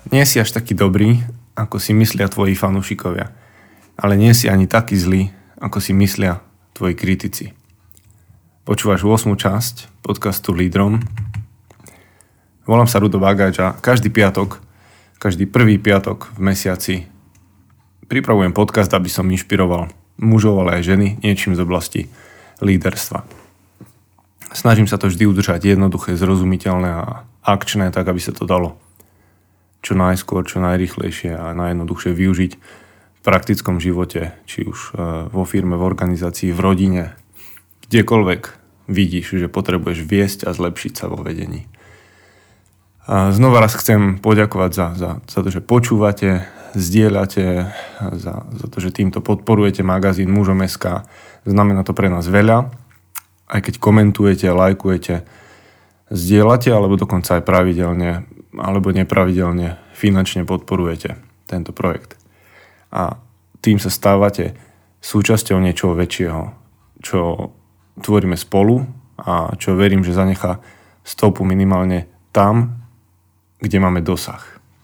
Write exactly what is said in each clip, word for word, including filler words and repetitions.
Nie si až taký dobrý, ako si myslia tvoji fanúšikovia, ale nie si ani taký zlý, ako si myslia tvoji kritici. Počúvaš ôsmu časť podcastu Lídrom. Volám sa Rudo Bagáč a každý piatok, každý prvý piatok v mesiaci pripravujem podcast, aby som inšpiroval mužov, ale aj ženy niečím z oblasti líderstva. Snažím sa to vždy udržať jednoduché, zrozumiteľné a akčné, tak aby sa to dalo čo najskôr, čo najrýchlejšie a najjednoduchšie využiť v praktickom živote, či už vo firme, v organizácii, v rodine, kdekoľvek vidíš, že potrebuješ viesť a zlepšiť sa vo vedení. A znova raz chcem poďakovať za, za, za to, že počúvate, zdieľate, za, za to, že týmto podporujete magazín Mužom bodka es ká. Znamená to pre nás veľa. Aj keď komentujete, lajkujete, zdieľate, alebo dokonca aj pravidelne, alebo nepravidelne finančne podporujete tento projekt. A tým sa stávate súčasťou niečoho väčšieho, čo tvoríme spolu a čo verím, že zanechá stopu minimálne tam, kde máme dosah.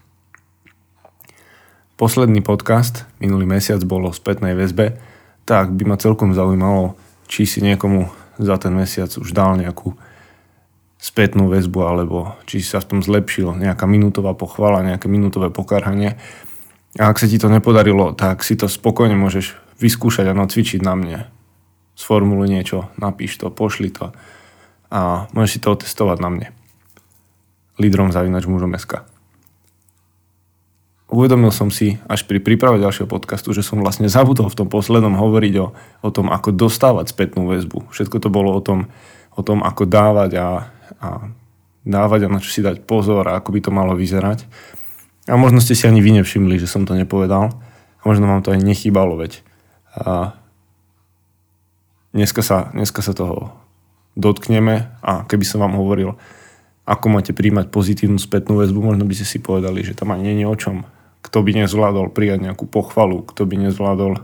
Posledný podcast minulý mesiac bol o spätnej väzbe, tak by ma celkom zaujímalo, či si niekomu za ten mesiac už dal nejakú spätnú väzbu, alebo či sa v tom zlepšil, nejaká minútová pochvala, nejaké minútové pokarhanie. A ak sa ti to nepodarilo, tak si to spokojne môžeš vyskúšať a nacvičiť na mne. Sformuluj niečo, napíš to, pošli to a môžeš si to otestovať na mne. Lídrom zavináč mužom bodka es ká. Uvedomil som si až pri príprave ďalšieho podcastu, že som vlastne zabudol v tom poslednom hovoriť o, o tom, ako dostávať spätnú väzbu. Všetko to bolo o tom, o tom ako dávať a, a dávať a na čo si dať pozor a ako by to malo vyzerať. A možno ste si ani vy nevšimli, že som to nepovedal. A možno vám to aj nechýbalo, veď. A dneska sa, dneska sa toho dotkneme a keby som vám hovoril, ako máte príjmať pozitívnu spätnú väzbu, možno by ste si povedali, že tam ani nie je o čom. Kto by nezvládol prijať nejakú pochvalu, kto by nezvládol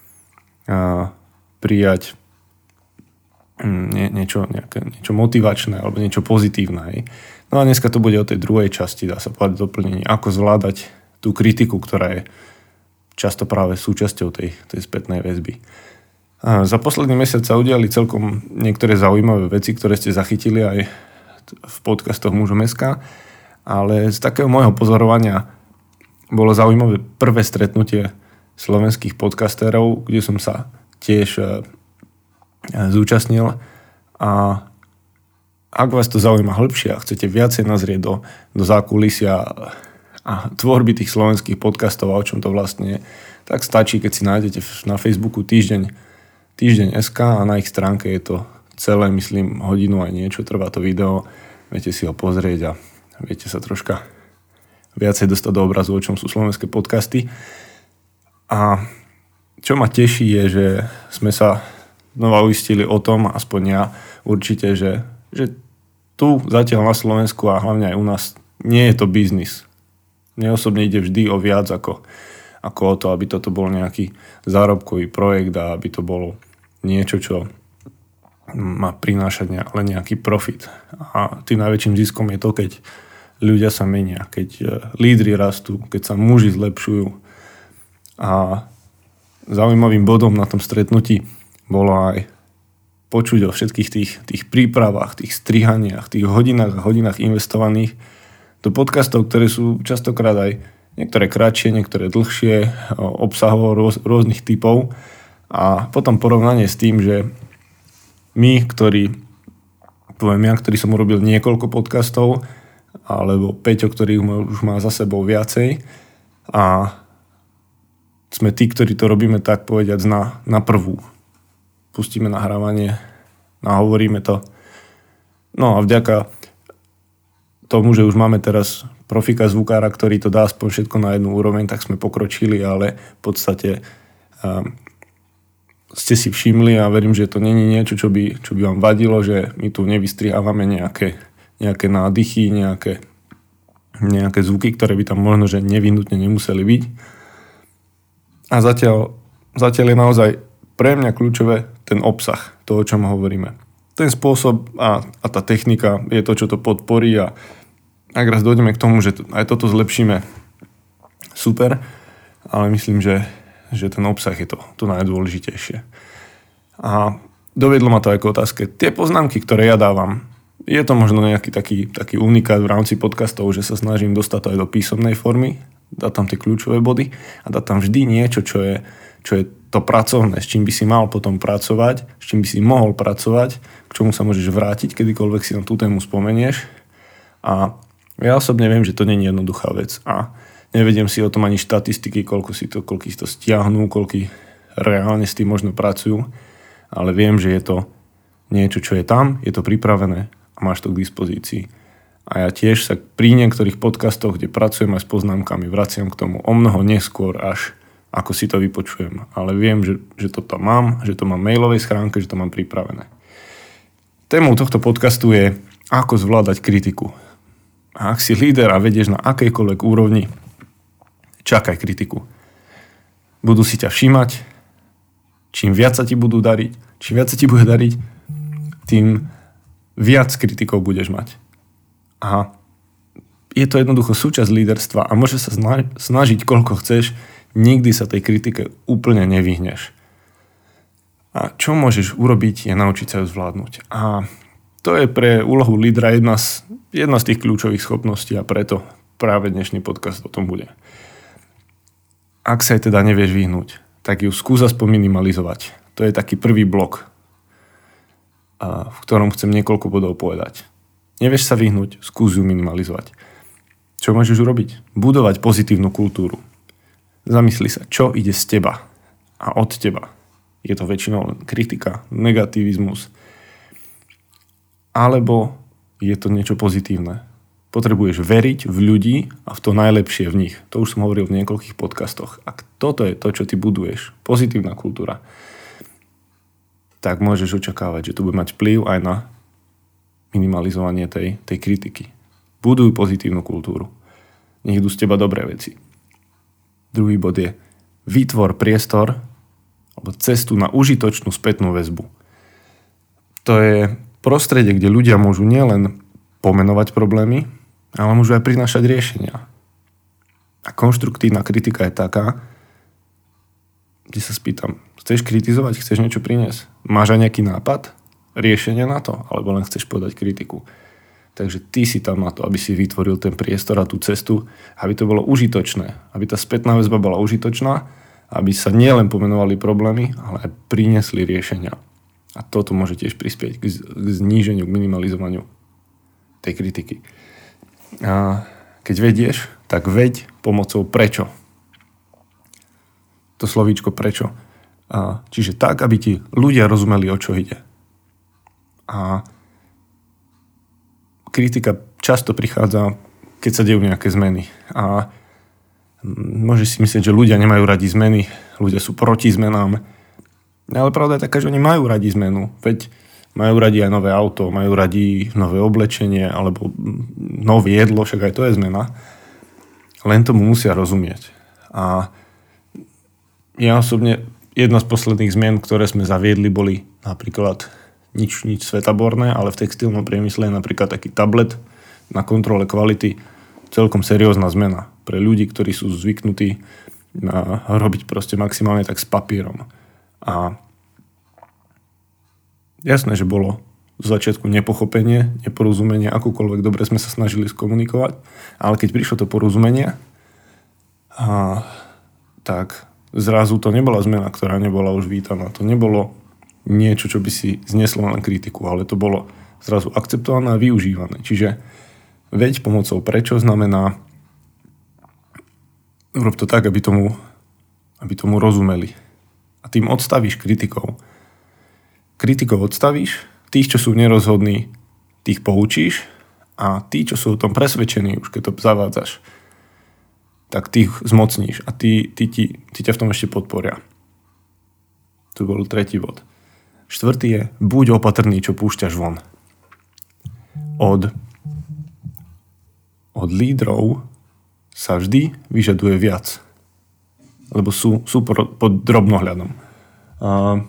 a, prijať nie, niečo, nejaké, niečo motivačné alebo niečo pozitívne. Hej. No a dneska to bude o tej druhej časti, dá sa povedať doplnenie, ako zvládať tú kritiku, ktorá je často práve súčasťou tej, tej spätnej väzby. A za posledný mesiac sa udiali celkom niektoré zaujímavé veci, ktoré ste zachytili aj v podcastoch Mužom bodka es ká, ale z takého môjho pozorovania bolo zaujímavé prvé stretnutie slovenských podcastérov, kde som sa tiež zúčastnil a ak vás to zaujíma hĺbšie a chcete viacej nazrieť do, do zákulisia a tvorby tých slovenských podcastov a o čom to vlastne je, tak stačí, keď si nájdete na Facebooku týždeň, týždeň bodka es ká a na ich stránke je to celé, myslím, hodinu aj niečo, trvá to video, viete si ho pozrieť a viete sa troška viacej dostať do obrazu, o čom sú slovenské podcasty. A čo ma teší je, že sme sa znova uistili o tom, aspoň ja určite, že, že tu zatiaľ na Slovensku a hlavne aj u nás nie je to biznis. Mne osobne ide vždy o viac ako, ako o to, aby toto bol nejaký zárobkový projekt a aby to bolo niečo, čo má prinášať len nejaký profit. A tým najväčším ziskom je to, keď ľudia sa menia, keď lídri rastú, keď sa muži zlepšujú. A zaujímavým bodom na tom stretnutí bolo aj počuť o všetkých tých, tých prípravách, tých strihaniach, tých hodinách a hodinách investovaných do podcastov, ktoré sú častokrát aj niektoré kratšie, niektoré dlhšie, obsahovo rôz, rôznych typov. A potom porovnanie s tým, že my, ktorí, poviem ja, ktorý som urobil niekoľko podcastov, alebo Peťo, ktorý už má za sebou viacej a sme tí, ktorí to robíme tak povediac na, na prvú. Pustíme nahrávanie, nahovoríme to. No a vďaka tomu, že už máme teraz profika zvukára, ktorý to dá aspoň všetko na jednu úroveň, tak sme pokročili, ale v podstate um, ste si všimli a verím, že to nie je niečo, čo by, čo by vám vadilo, že my tu nevystrihávame nejaké, nejaké nádychy, nejaké, nejaké zvuky, ktoré by tam možno, že nevyhnutne nemuseli byť. A zatiaľ, zatiaľ je naozaj pre mňa kľúčové ten obsah toho, o čom hovoríme. Ten spôsob a, a tá technika je to, čo to podporí a ak raz dojdeme k tomu, že aj toto zlepšíme, super, ale myslím, že, že ten obsah je to, to najdôležitejšie. A dovedlo ma to aj k otázke. Tie poznámky, ktoré ja dávam, je to možno nejaký taký, taký unikát v rámci podcastov, že sa snažím dostať to aj do písomnej formy, dať tam tie kľúčové body a dať tam vždy niečo, čo je, čo je to pracovné, s čím by si mal potom pracovať, s čím by si mohol pracovať, k čomu sa môžeš vrátiť, kedykoľvek si na tú tému spomenieš. A ja osobne viem, že to nie je jednoduchá vec a nevediem si o tom ani štatistiky, koľko si to, koľko si to stiahnú, koľko reálne s tým možno pracujú, ale viem, že je to niečo, čo je tam, je to pripravené a máš to k dispozícii. A ja tiež sa pri niektorých podcastoch, kde pracujem aj s poznámkami, vraciam k tomu o mnoho neskôr, až ako si to vypočujem. Ale viem, že, že to tam mám, že to mám v mailovej schránke, že to mám pripravené. Témou tohto podcastu je, ako zvládať kritiku. A ak si líder a vedieš na akejkoľvek úrovni, čakaj kritiku. Budú si ťa všímať, čím viac sa ti budú dariť, čím viac sa ti bude dariť, tým viac kritikov budeš mať. A je to jednoducho súčasť líderstva a môžeš sa snažiť, koľko chceš, nikdy sa tej kritike úplne nevyhneš. A čo môžeš urobiť, je naučiť sa ju zvládnuť. A to je pre úlohu lídra jedna z, jedna z tých kľúčových schopností a preto práve dnešný podcast o tom bude. Ak sa jej teda nevieš vyhnúť, tak ju skús aspoň minimalizovať. To je taký prvý blok, v ktorom chcem niekoľko bodov povedať. Nevieš sa vyhnúť, skús ju minimalizovať. Čo môžeš urobiť? Budovať pozitívnu kultúru. Zamysli sa, čo ide z teba a od teba. Je to väčšinou len kritika, negativizmus, alebo je to niečo pozitívne. Potrebuješ veriť v ľudí a v to najlepšie v nich. To už som hovoril v niekoľkých podcastoch. Ak toto je to, čo ty buduješ, pozitívna kultúra, tak môžeš očakávať, že to bude mať vplyv aj na minimalizovanie tej, tej kritiky. Buduj pozitívnu kultúru. Nech idú z teba dobré veci. Druhý bod je vytvor priestor alebo cestu na užitočnú spätnú väzbu. To je prostredie, kde ľudia môžu nielen pomenovať problémy, ale môžu aj prinášať riešenia. A konštruktívna kritika je taká, kde sa spýtam, chceš kritizovať, chceš niečo priniesť? Máš aj nejaký nápad, riešenie na to? Alebo len chceš podať kritiku? Takže ty si tam na to, aby si vytvoril ten priestor a tú cestu, aby to bolo užitočné, aby tá spätná väzba bola užitočná, aby sa nielen pomenovali problémy, ale aj priniesli riešenia. A toto môže tiež prispieť k zníženiu, k minimalizovaniu tej kritiky. A keď vedieš, tak veď pomocou prečo. To slovíčko prečo. A čiže tak, aby ti ľudia rozumeli, o čo ide. A kritika často prichádza, keď sa dejú nejaké zmeny. A môžeš si myslieť, že ľudia nemajú radi zmeny, ľudia sú proti zmenám. Ale pravda je taká, že oni majú radi zmenu. Veď majú radi aj nové auto, majú radi nové oblečenie alebo nové jedlo, však aj to je zmena. Len tomu musia rozumieť. A ja osobne, jedna z posledných zmien, ktoré sme zaviedli, boli napríklad nič, nič svetaborné, ale v textilnom priemysle je napríklad taký tablet na kontrole kvality. Celkom seriózna zmena pre ľudí, ktorí sú zvyknutí na robiť proste maximálne tak s papierom. A jasné, že bolo z začiatku nepochopenie, neporozumenie, akúkoľvek dobre sme sa snažili skomunikovať, ale keď prišlo to porozumenie, a, tak zrazu to nebola zmena, ktorá nebola už vítaná. To nebolo niečo, čo by si zneslo na kritiku, ale to bolo zrazu akceptované a využívané. Čiže veď pomocou prečo znamená urob to tak, aby tomu, aby tomu rozumeli. A tým odstavíš kritikov. Kritikov odstavíš, tých, čo sú nerozhodní, tých poučíš a tí, čo sú o tom presvedčení, už keď to zavádzaš, tak tých zmocníš a tí, tí, tí, tí ťa v tom ešte podporia. To bol tretí bod. Štvrtý je, buď opatrný, čo púšťaš von. Od, od lídrov sa vždy vyžaduje viac. Lebo sú, sú pod drobnohľadom. A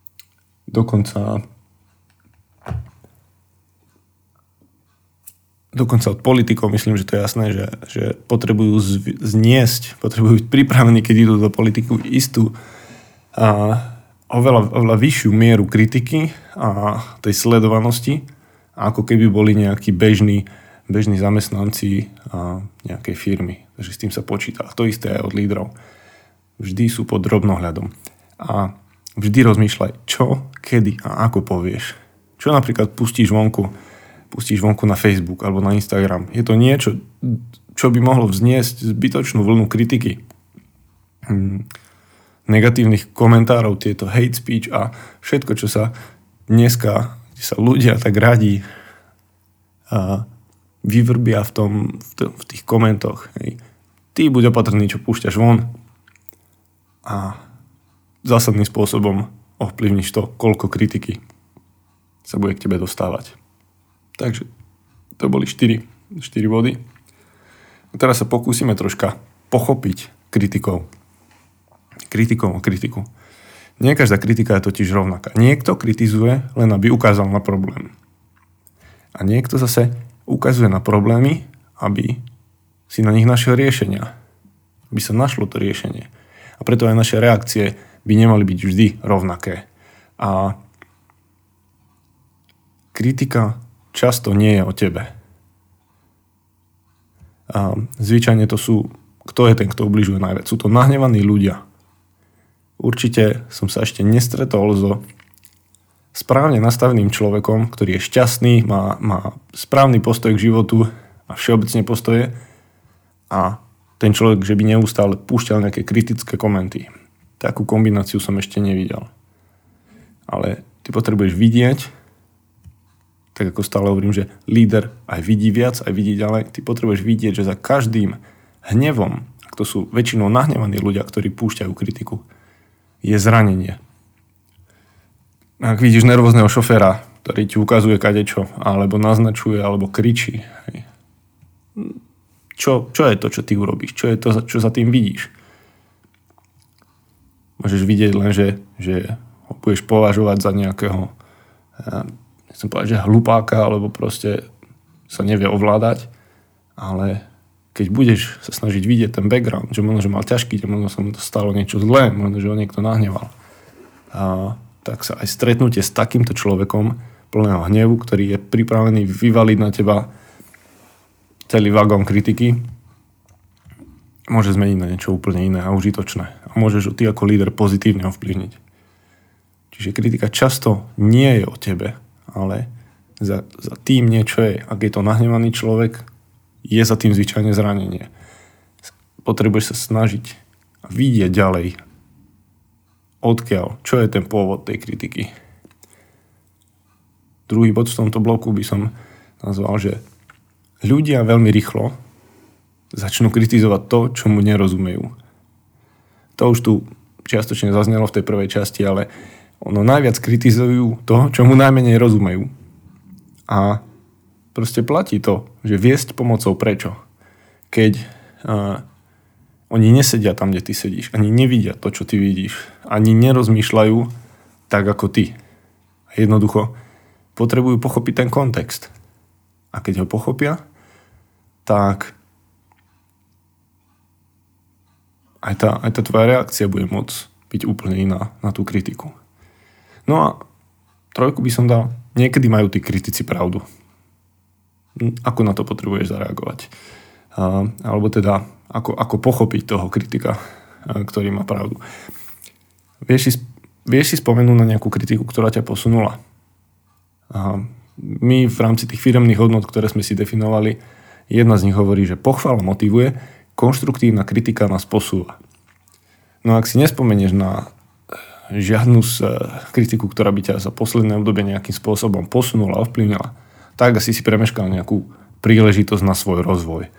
dokonca dokonca od politikov, myslím, že to je jasné, že, že potrebujú zniesť, potrebujú byť pripravení, keď idú do politiku, istú a oveľa, oveľa vyššiu mieru kritiky a tej sledovanosti, ako keby boli nejakí bežní, bežní zamestnanci a nejakej firmy. Takže s tým sa počíta. A to isté aj od lídrov. Vždy sú pod drobnohľadom. A vždy rozmýšľaj, čo, kedy a ako povieš. Čo napríklad pustíš vonku, pustíš vonku na Facebook alebo na Instagram. Je to niečo, čo by mohlo vzniesť zbytočnú vlnu kritiky. Hmm. Negatívnych komentárov, tieto hate speech a všetko, čo sa dneska, kde sa ľudia tak radí a vyvrbia v, tom, v, t- v tých komentoch. Hej. Ty buď opatrný, čo púšťaš von a zásadným spôsobom ovplyvníš to, koľko kritiky sa bude k tebe dostávať. Takže to boli štyri body. A teraz sa pokúsime troška pochopiť kritikov. Kritikov a kritiku. Nie každá kritika je totiž rovnaká. Niekto kritizuje, len aby ukázal na problém. A niekto zase ukazuje na problémy, aby si na nich našiel riešenia. Aby sa našlo to riešenie. A preto aj naše reakcie by nemali byť vždy rovnaké. A kritika často nie je o tebe. A zvyčajne to sú, kto je ten, kto ubližuje najviac. Sú to nahnevaní ľudia. Určite som sa ešte nestretol so správne nastaveným človekom, ktorý je šťastný, má, má správny postoj k životu a všeobecne postoje a ten človek, že by neustále púšťal nejaké kritické komenty. Takú kombináciu som ešte nevidel. Ale ty potrebuješ vidieť, tak ako stále hovorím, že líder aj vidí viac, aj vidí ďalej. Ty potrebuješ vidieť, že za každým hnevom, ak to sú väčšinou nahnevaní ľudia, ktorí púšťajú kritiku, je zranenie. Ak vidíš nervózneho šoféra, ktorý ti ukazuje kadečo, alebo naznačuje, alebo kričí, hej. Čo, čo je to, čo ty urobíš? Čo je to, čo za tým vidíš? Môžeš vidieť len, že, že ho budeš považovať za nejakého, ja nechcem povedať, že hlupáka, alebo proste sa nevie ovládať, ale keď budeš sa snažiť vidieť ten background, že možno, že mal ťažký, že možno sa mu to stalo niečo zlé, možno, že ho niekto nahneval, a tak sa aj stretnutie s takýmto človekom plného hnevu, ktorý je pripravený vyvaliť na teba celý vagón kritiky, môže zmeniť na niečo úplne iné a užitočné. A môžeš ho ty ako líder pozitívne ovplyvniť. Čiže kritika často nie je o tebe, ale za, za tým niečo je. Ak je to nahnevaný človek, je za tým zvyčajne zranenie. Potrebuješ sa snažiť a vidieť ďalej, odkiaľ, čo je ten pôvod tej kritiky. Druhý bod v tomto bloku by som nazval, že ľudia veľmi rýchlo začnú kritizovať to, čo mu nerozumejú. To už tu čiastočne zaznelo v tej prvej časti, ale ono najviac kritizujú to, čo mu najmenej rozumejú. A proste platí to, že viesť pomocou prečo. Keď uh, oni nesedia tam, kde ty sedíš, ani nevidia to, čo ty vidíš, ani nerozmýšľajú tak, ako ty. A jednoducho potrebujú pochopiť ten kontext. A keď ho pochopia, tak aj tá, aj tá tvoja reakcia bude môcť byť úplne iná na tú kritiku. No a trojku by som dal, niekedy majú tí kritici pravdu. Ako na to potrebuješ zareagovať? A, alebo teda, ako, ako pochopiť toho kritika, ktorý má pravdu. Vieš si, vieš si spomenúť na nejakú kritiku, ktorá ťa posunula? A my v rámci tých firemných hodnot, ktoré sme si definovali, jedna z nich hovorí, že pochvala motivuje, konštruktívna kritika nás posúva. No ak si nespomenieš na žiadnu z kritiku, ktorá by ťa za posledné obdobie nejakým spôsobom posunula, ovplyvnila, tak asi si premeškal nejakú príležitosť na svoj rozvoj.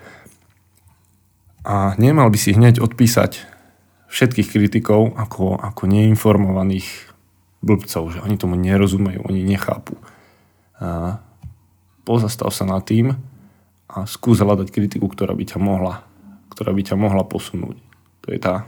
A nemal by si hneď odpísať všetkých kritikov ako, ako neinformovaných blbcov, že oni tomu nerozumejú, oni nechápu. A pozastav sa nad tým a skús hľadať kritiku, ktorá by ťa mohla, ktorá by ťa mohla posunúť. To je tá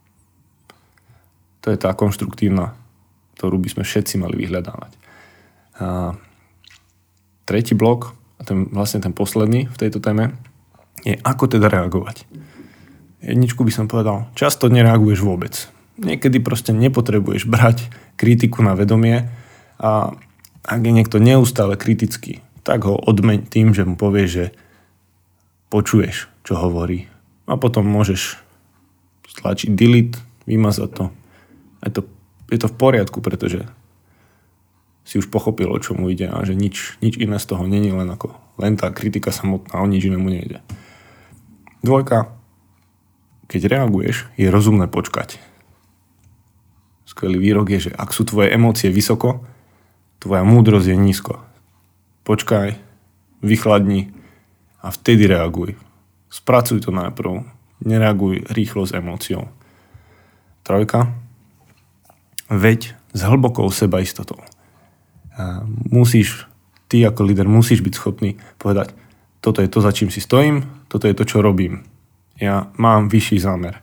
to je tá konštruktívna, ktorú by sme všetci mali vyhľadávať. A tretí blok, a ten, vlastne ten posledný v tejto téme, je ako teda reagovať. Jedničku by som povedal, často nereaguješ vôbec. Niekedy proste nepotrebuješ brať kritiku na vedomie a ak je niekto neustále kritický, tak ho odmeň tým, že mu povieš, že počuješ, čo hovorí. A potom môžeš stlačiť delete, vymazať to. Je to, je to v poriadku, pretože si už pochopil, o čomu ide a že nič, nič iné z toho není, len ako len tá kritika samotná, o nič inému nejde. Dvojka. Keď reaguješ, je rozumné počkať. Skvelý výrok je, že ak sú tvoje emócie vysoko, tvoja múdrosť je nízko. Počkaj, vychladni a vtedy reaguj. Spracuj to najprv. Nereaguj rýchlo s emóciou. Trojka. Veď s hlbokou sebaistotou. A musíš, ty ako líder musíš byť schopný povedať, toto je to, za čím si stojím, toto je to, čo robím. Ja mám vyšší zámer.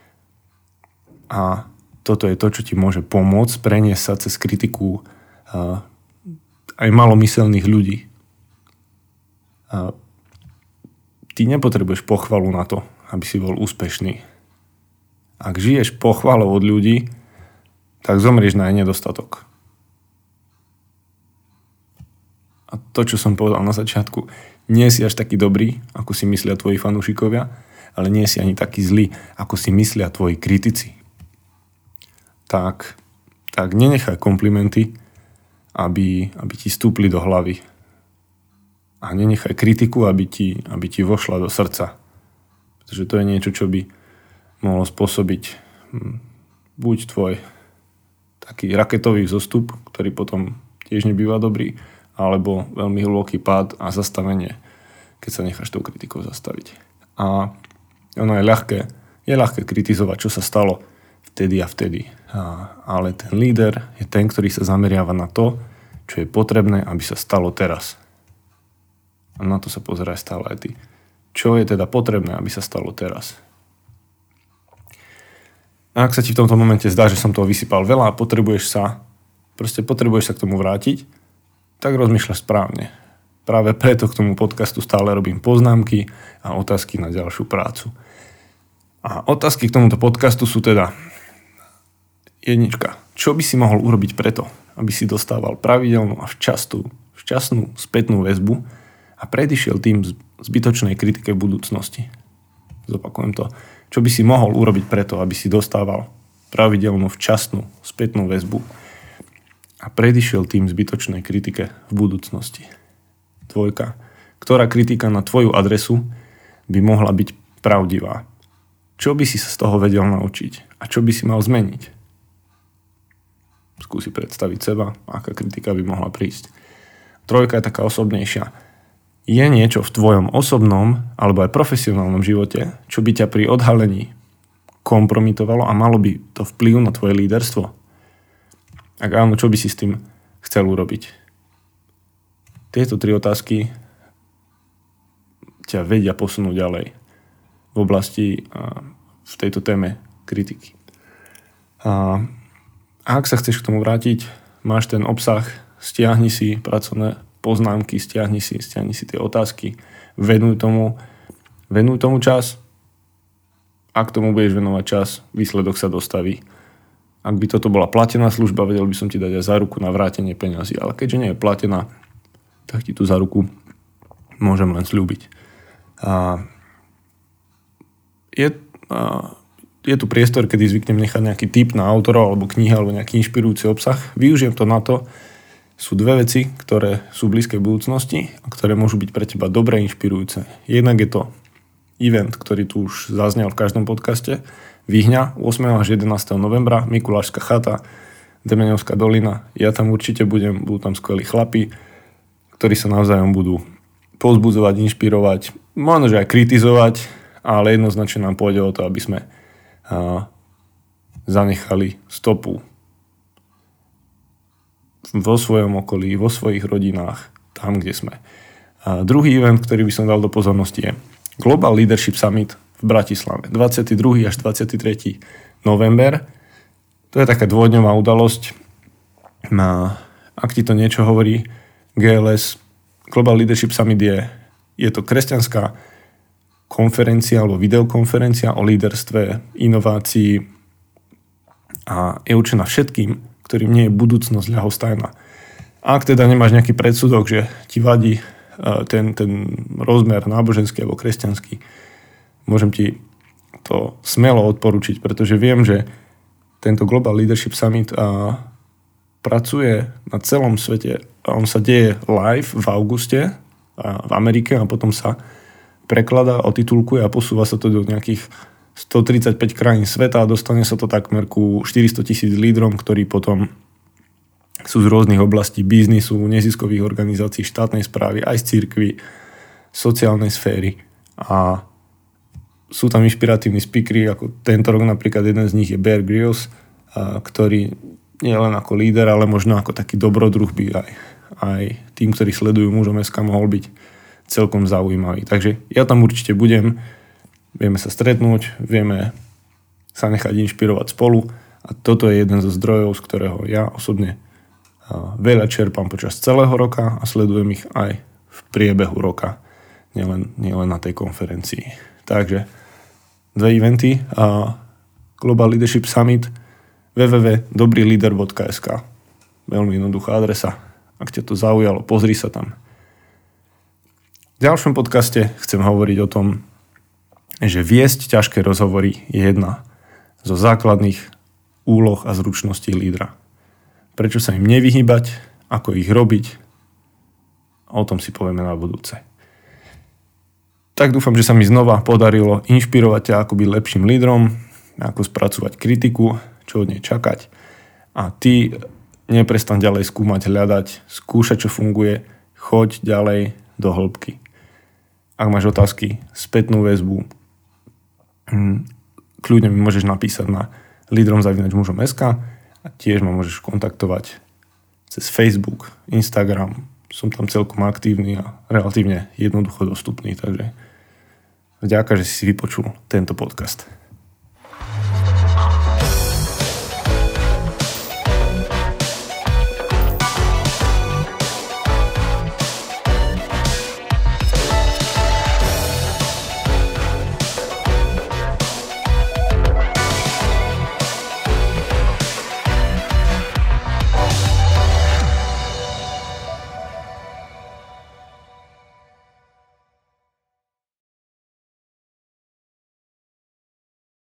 A toto je to, čo ti môže pomôcť preniesť sa cez kritiku uh, aj malomyselných ľudí. Uh, ty nepotrebuješ pochvalu na to, aby si bol úspešný. Ak žiješ pochvalou od ľudí, tak zomrieš na jej nedostatok. A to, čo som povedal na začiatku, nie si až taký dobrý, ako si myslia tvoji fanúšikovia, ale nie si ani taký zlý, ako si myslia tvoji kritici. Tak, tak nenechaj komplimenty, aby, aby ti stúpli do hlavy. A nenechaj kritiku, aby ti, aby ti vošla do srdca. Pretože to je niečo, čo by mohlo spôsobiť hm, buď tvoj taký raketový zostup, ktorý potom tiež nebýva dobrý, alebo veľmi hlboký pád a zastavenie, keď sa necháš tou kritikou zastaviť. A ono je ľahké, je ľahké kritizovať, čo sa stalo vtedy a vtedy. A, ale ten líder je ten, ktorý sa zameriava na to, čo je potrebné, aby sa stalo teraz. A na to sa pozeraj stále aj ty. Čo je teda potrebné, aby sa stalo teraz? A ak sa ti v tomto momente zdá, že som toho vysypal veľa a potrebuješ sa, proste potrebuješ sa k tomu vrátiť, tak rozmýšľaš správne. Práve preto k tomu podcastu stále robím poznámky a otázky na ďalšiu prácu. A otázky k tomuto podcastu sú teda jednička. Čo by si mohol urobiť preto, aby si dostával pravidelnú a včasnú, včasnú spätnú väzbu a predišiel tým zbytočnej kritike v budúcnosti? Zopakujem to. Čo by si mohol urobiť preto, aby si dostával pravidelnú včasnú spätnú väzbu a predišiel tým zbytočnej kritike v budúcnosti? Dvojka. Ktorá kritika na tvoju adresu by mohla byť pravdivá? Čo by si sa z toho vedel naučiť? A čo by si mal zmeniť? Skúsi predstaviť seba, aká kritika by mohla prísť. Trojka je taká osobnejšia. Je niečo v tvojom osobnom alebo aj profesionálnom živote, čo by ťa pri odhalení kompromitovalo a malo by to vplyv na tvoje líderstvo? Ak áno, čo by si s tým chcel urobiť? Tieto tri otázky ťa vedia posunúť ďalej v oblasti a v tejto téme kritiky. A ak sa chceš k tomu vrátiť, máš ten obsah, stiahni si pracovné poznámky, stiahni si, stiahni si tie otázky, venuj tomu, venuj tomu čas. Ak tomu budeš venovať čas, výsledok sa dostaví. Ak by toto bola platená služba, vedel by som ti dať aj záruku na vrátenie peňazí, ale keďže nie je platená, tak ti tú záruku môžem len sľúbiť. A je, a je tu priestor, kedy zvyknem nechať nejaký tip na autora alebo knihy alebo nejaký inšpirujúci obsah. Využijem to na to. Sú dve veci, ktoré sú v blízkej budúcnosti a ktoré môžu byť pre teba dobre inšpirujúce. Jednak je to event, ktorý tu už zaznel v každom podcaste. Výhňa ôsmeho až jedenásteho novembra, Mikulášska chata, Demeňovská dolina. Ja tam určite budem, budú tam skvelí chlapi, ktorí sa navzájom budú povzbudzovať, inšpirovať, možno, že aj kritizovať, ale jednoznačne nám pôjde o to, aby sme a, zanechali stopu vo svojom okolí, vo svojich rodinách, tam, kde sme. A druhý event, ktorý by som dal do pozornosti, je Global Leadership Summit v Bratislave. dvadsiateho druhého až dvadsiateho tretieho november. To je taká dvojdňová udalosť. A ak ti to niečo hovorí, gé el es Global Leadership Summit je, je to kresťanská konferencia alebo videokonferencia o líderstve, inovácii a je určená všetkým, ktorým nie je budúcnosť ľahostajná. Ak teda nemáš nejaký predsudok, že ti vadí ten, ten rozmer náboženský alebo kresťanský, môžem ti to smelo odporučiť, pretože viem, že tento Global Leadership Summit a, pracuje na celom svete a on sa deje live v auguste a v Amerike a potom sa prekladá, otitulkuje a posúva sa to do nejakých stotridsaťpäť krajín sveta a dostane sa to takmer ku štyristo tisíc lídrom, ktorí potom sú z rôznych oblastí biznisu, neziskových organizácií, štátnej správy, aj z cirkvi, sociálnej sféry a sú tam inšpiratívni speakery, ako tento rok napríklad jeden z nich je Bear Grylls, a, ktorý nie len ako líder, ale možno ako taký dobrodruh by aj, aj tým, ktorí sledujú Mužom es ká mohol byť celkom zaujímavý. Takže ja tam určite budem, vieme sa stretnúť, vieme sa nechať inšpirovať spolu a toto je jeden zo zdrojov, z ktorého ja osobne a, veľa čerpám počas celého roka a sledujem ich aj v priebehu roka, nielen, nielen na tej konferencii. Takže dve eventy a Global Leadership Summit w w w bodka dobrý líder bodka es ká. Veľmi jednoduchá adresa. Ak ťa to zaujalo, pozri sa tam. V ďalšom podcaste chcem hovoriť o tom, že viesť ťažké rozhovory je jedna zo základných úloh a zručností lídra. Prečo sa im nevyhýbať, ako ich robiť, o tom si povieme na budúce. Tak dúfam, že sa mi znova podarilo inšpirovať ťa, ako byť lepším lídrom, ako spracovať kritiku, čo od nej čakať. A ty neprestaň ďalej skúmať, hľadať, skúšať, čo funguje, choď ďalej do hĺbky. Ak máš otázky, spätnú väzbu, kľudne mi môžeš napísať na lídrom zavináč mužom bodka es ká a tiež ma môžeš kontaktovať cez Facebook, Instagram. Som tam celkom aktívny a relatívne jednoducho dostupný, takže vďaka, že si vypočul tento podcast.